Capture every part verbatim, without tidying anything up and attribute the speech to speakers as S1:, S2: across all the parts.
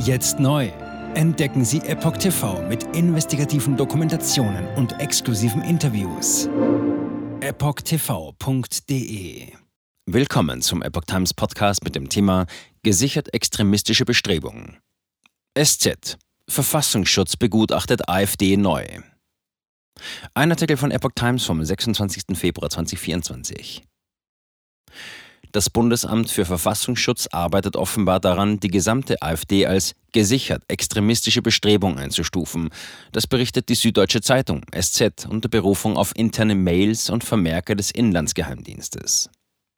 S1: Jetzt neu. Entdecken Sie Epoch T V mit investigativen Dokumentationen und exklusiven Interviews. epoch t v punkt d e. Willkommen zum Epoch Times Podcast mit dem Thema Gesichert extremistische Bestrebungen. S Z. Verfassungsschutz begutachtet AfD neu. Ein Artikel von Epoch Times vom sechsundzwanzigsten Februar zweitausendvierundzwanzig. Das Bundesamt für Verfassungsschutz arbeitet offenbar daran, die gesamte AfD als gesichert extremistische Bestrebung einzustufen. Das berichtet die Süddeutsche Zeitung, S Z, unter Berufung auf interne Mails und Vermerke des Inlandsgeheimdienstes.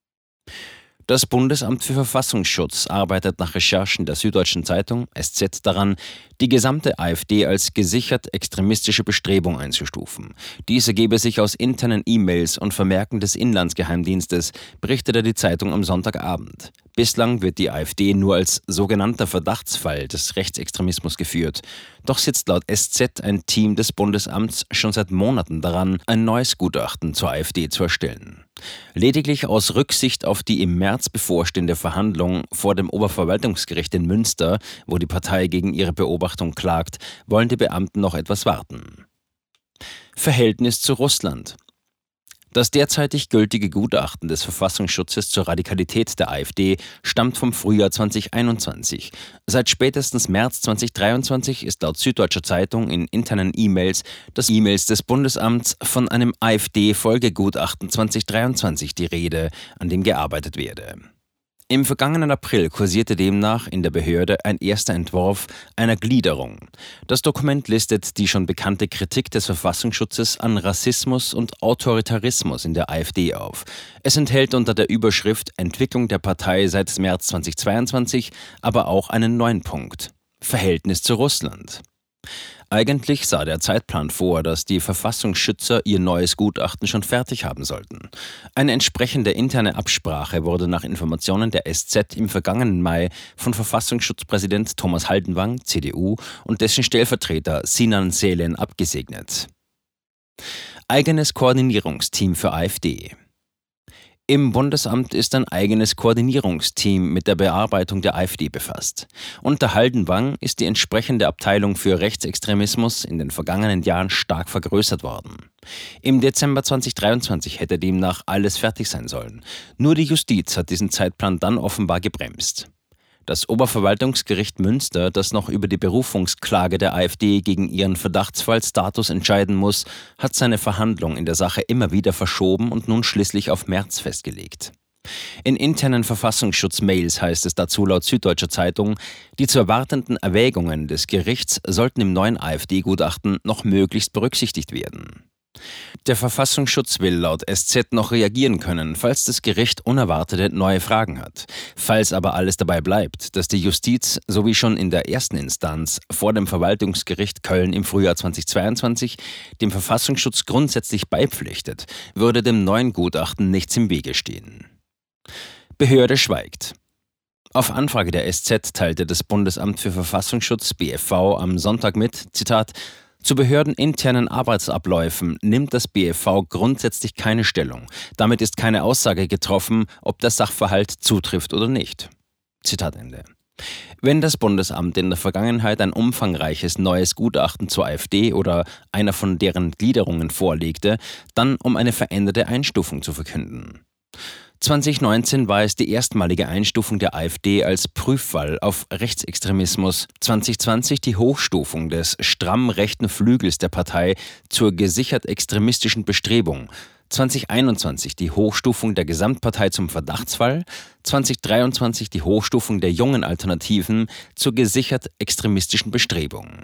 S1: Das Bundesamt für Verfassungsschutz arbeitet nach Recherchen der Süddeutschen Zeitung, S Z, daran, die gesamte AfD als gesichert extremistische Bestrebung einzustufen. Dies ergebe sich aus internen E-Mails und Vermerken des Inlandsgeheimdienstes, berichtete die Zeitung am Sonntagabend. Bislang wird die AfD nur als sogenannter Verdachtsfall des Rechtsextremismus geführt. Doch sitzt laut S Z ein Team des Bundesamts schon seit Monaten daran, ein neues Gutachten zur AfD zu erstellen. Lediglich aus Rücksicht auf die im März bevorstehende Verhandlung vor dem Oberverwaltungsgericht in Münster, wo die Partei gegen ihre Beobachtung klagt, wollen die Beamten noch etwas warten. Verhältnis zu Russland. Das derzeitig gültige Gutachten des Verfassungsschutzes zur Radikalität der AfD stammt vom Frühjahr zweitausendeinundzwanzig. Seit spätestens März zweitausenddreiundzwanzig ist laut Süddeutscher Zeitung in internen E-Mails das E-Mails des Bundesamts von einem AfD-Folgegutachten zweitausenddreiundzwanzig die Rede, an dem gearbeitet werde. Im vergangenen April kursierte demnach in der Behörde ein erster Entwurf einer Gliederung. Das Dokument listet die schon bekannte Kritik des Verfassungsschutzes an Rassismus und Autoritarismus in der AfD auf. Es enthält unter der Überschrift Entwicklung der Partei seit März zweitausendzweiundzwanzig aber auch einen neuen Punkt: Verhältnis zu Russland. Eigentlich sah der Zeitplan vor, dass die Verfassungsschützer ihr neues Gutachten schon fertig haben sollten. Eine entsprechende interne Absprache wurde nach Informationen der S Z im vergangenen Mai von Verfassungsschutzpräsident Thomas Haldenwang, C D U, und dessen Stellvertreter Sinan Selen abgesegnet. Eigenes Koordinierungsteam für AfD. Im Bundesamt ist ein eigenes Koordinierungsteam mit der Bearbeitung der AfD befasst. Unter Haldenwang ist die entsprechende Abteilung für Rechtsextremismus in den vergangenen Jahren stark vergrößert worden. Im Dezember zweitausenddreiundzwanzig hätte demnach alles fertig sein sollen. Nur die Justiz hat diesen Zeitplan dann offenbar gebremst. Das Oberverwaltungsgericht Münster, das noch über die Berufungsklage der AfD gegen ihren Verdachtsfallstatus entscheiden muss, hat seine Verhandlung in der Sache immer wieder verschoben und nun schließlich auf März festgelegt. In internen Verfassungsschutz-Mails heißt es dazu laut Süddeutscher Zeitung, die zu erwartenden Erwägungen des Gerichts sollten im neuen AfD-Gutachten noch möglichst berücksichtigt werden. Der Verfassungsschutz will laut S Z noch reagieren können, falls das Gericht unerwartete neue Fragen hat. Falls aber alles dabei bleibt, dass die Justiz, so wie schon in der ersten Instanz vor dem Verwaltungsgericht Köln im Frühjahr zweitausendzweiundzwanzig, dem Verfassungsschutz grundsätzlich beipflichtet, würde dem neuen Gutachten nichts im Wege stehen. Behörde schweigt. Auf Anfrage der S Z teilte das Bundesamt für Verfassungsschutz B F V am Sonntag mit, Zitat, zu behördeninternen Arbeitsabläufen nimmt das B F V grundsätzlich keine Stellung. Damit ist keine Aussage getroffen, ob der Sachverhalt zutrifft oder nicht. Zitat Ende. Wenn das Bundesamt in der Vergangenheit ein umfangreiches neues Gutachten zur AfD oder einer von deren Gliederungen vorlegte, dann um eine veränderte Einstufung zu verkünden. zweitausendneunzehn war es die erstmalige Einstufung der AfD als Prüffall auf Rechtsextremismus, zweitausendzwanzig die Hochstufung des stramm rechten Flügels der Partei zur gesichert extremistischen Bestrebung, zweitausendeinundzwanzig die Hochstufung der Gesamtpartei zum Verdachtsfall, zweitausenddreiundzwanzig die Hochstufung der jungen Alternativen zur gesichert extremistischen Bestrebung.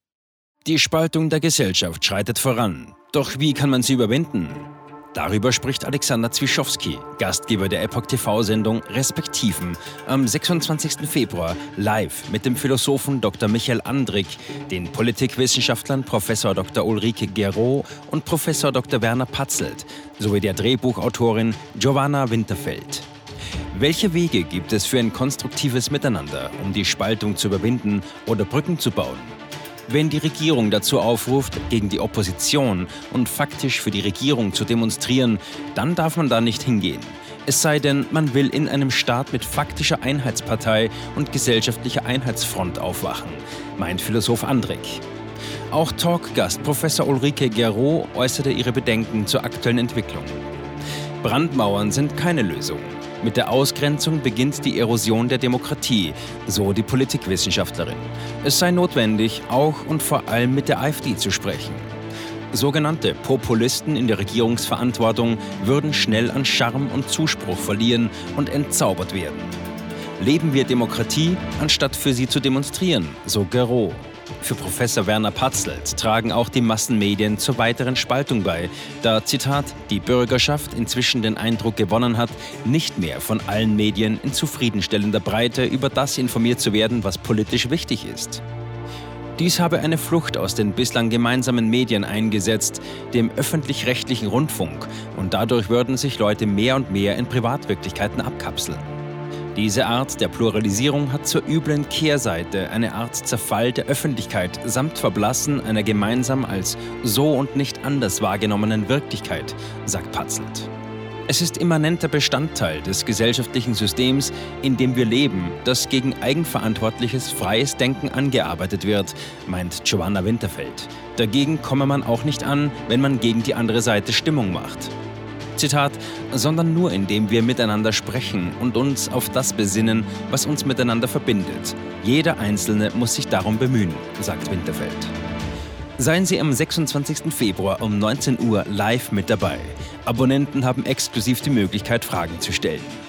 S1: Die Spaltung der Gesellschaft schreitet voran. Doch wie kann man sie überwinden? Darüber spricht Alexander Zwischowski, Gastgeber der Epoch T V-Sendung Respektiven, am sechsundzwanzigsten Februar live mit dem Philosophen Doktor Michael Andrik, den Politikwissenschaftlern Professor Doktor Ulrike Gero und Professor Doktor Werner Patzelt sowie der Drehbuchautorin Giovanna Winterfeld. Welche Wege gibt es für ein konstruktives Miteinander, um die Spaltung zu überwinden oder Brücken zu bauen? Wenn die Regierung dazu aufruft, gegen die Opposition und faktisch für die Regierung zu demonstrieren, dann darf man da nicht hingehen. Es sei denn, man will in einem Staat mit faktischer Einheitspartei und gesellschaftlicher Einheitsfront aufwachen, meint Philosoph Andrik. Auch Talkgast Professor Ulrike Guérot äußerte ihre Bedenken zur aktuellen Entwicklung. Brandmauern sind keine Lösung. Mit der Ausgrenzung beginnt die Erosion der Demokratie, so die Politikwissenschaftlerin. Es sei notwendig, auch und vor allem mit der AfD zu sprechen. Sogenannte Populisten in der Regierungsverantwortung würden schnell an Charme und Zuspruch verlieren und entzaubert werden. Leben wir Demokratie, anstatt für sie zu demonstrieren, so Guérot. Für Professor Werner Patzelt tragen auch die Massenmedien zur weiteren Spaltung bei, da, Zitat, die Bürgerschaft inzwischen den Eindruck gewonnen hat, nicht mehr von allen Medien in zufriedenstellender Breite über das informiert zu werden, was politisch wichtig ist. Dies habe eine Flucht aus den bislang gemeinsamen Medien eingesetzt, dem öffentlich-rechtlichen Rundfunk, und dadurch würden sich Leute mehr und mehr in Privatwirklichkeiten abkapseln. Diese Art der Pluralisierung hat zur üblen Kehrseite eine Art Zerfall der Öffentlichkeit samt Verblassen einer gemeinsam als so und nicht anders wahrgenommenen Wirklichkeit, sagt Patzelt. Es ist immanenter Bestandteil des gesellschaftlichen Systems, in dem wir leben, dass gegen eigenverantwortliches, freies Denken angearbeitet wird, meint Joanna Winterfeld. Dagegen komme man auch nicht an, wenn man gegen die andere Seite Stimmung macht. Zitat, sondern nur indem wir miteinander sprechen und uns auf das besinnen, was uns miteinander verbindet. Jeder Einzelne muss sich darum bemühen, sagt Winterfeld. Seien Sie am sechsundzwanzigsten Februar um neunzehn Uhr live mit dabei. Abonnenten haben exklusiv die Möglichkeit, Fragen zu stellen.